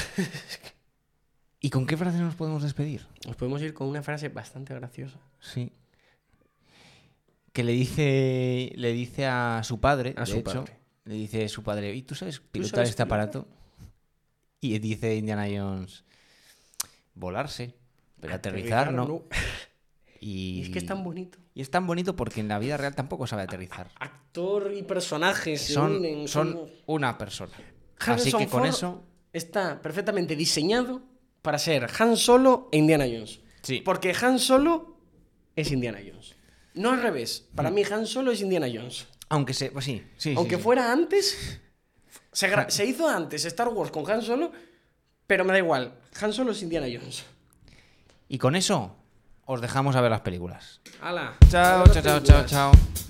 ¿Y con qué frase nos podemos despedir? Nos podemos ir con una frase bastante graciosa. Sí. Que le dice, le dice a su padre, A de su hecho, padre. le dice su padre, ¿y tú sabes pilotar sabes este pilotar? aparato? Y dice Indiana Jones, volarse, pero aterrizar, no. Y... Y es que es tan bonito. Y es tan bonito porque en la vida real tampoco sabe aterrizar. Actor y personaje se Son, unen. son una persona. Así Harrison que con Ford eso... está perfectamente diseñado para ser Han Solo e Indiana Jones. Sí. Porque Han Solo es Indiana Jones. No al revés. Para mí Han Solo es Indiana Jones. Aunque se... Pues sí, sí, Aunque sí, sí. fuera antes... Se, gra- se hizo antes Star Wars con Han Solo, pero me da igual. Han Solo es Indiana Jones. Y con eso os dejamos a ver las películas. ¡Hala! Chao, A ver chao, las chao, chao, películas. chao.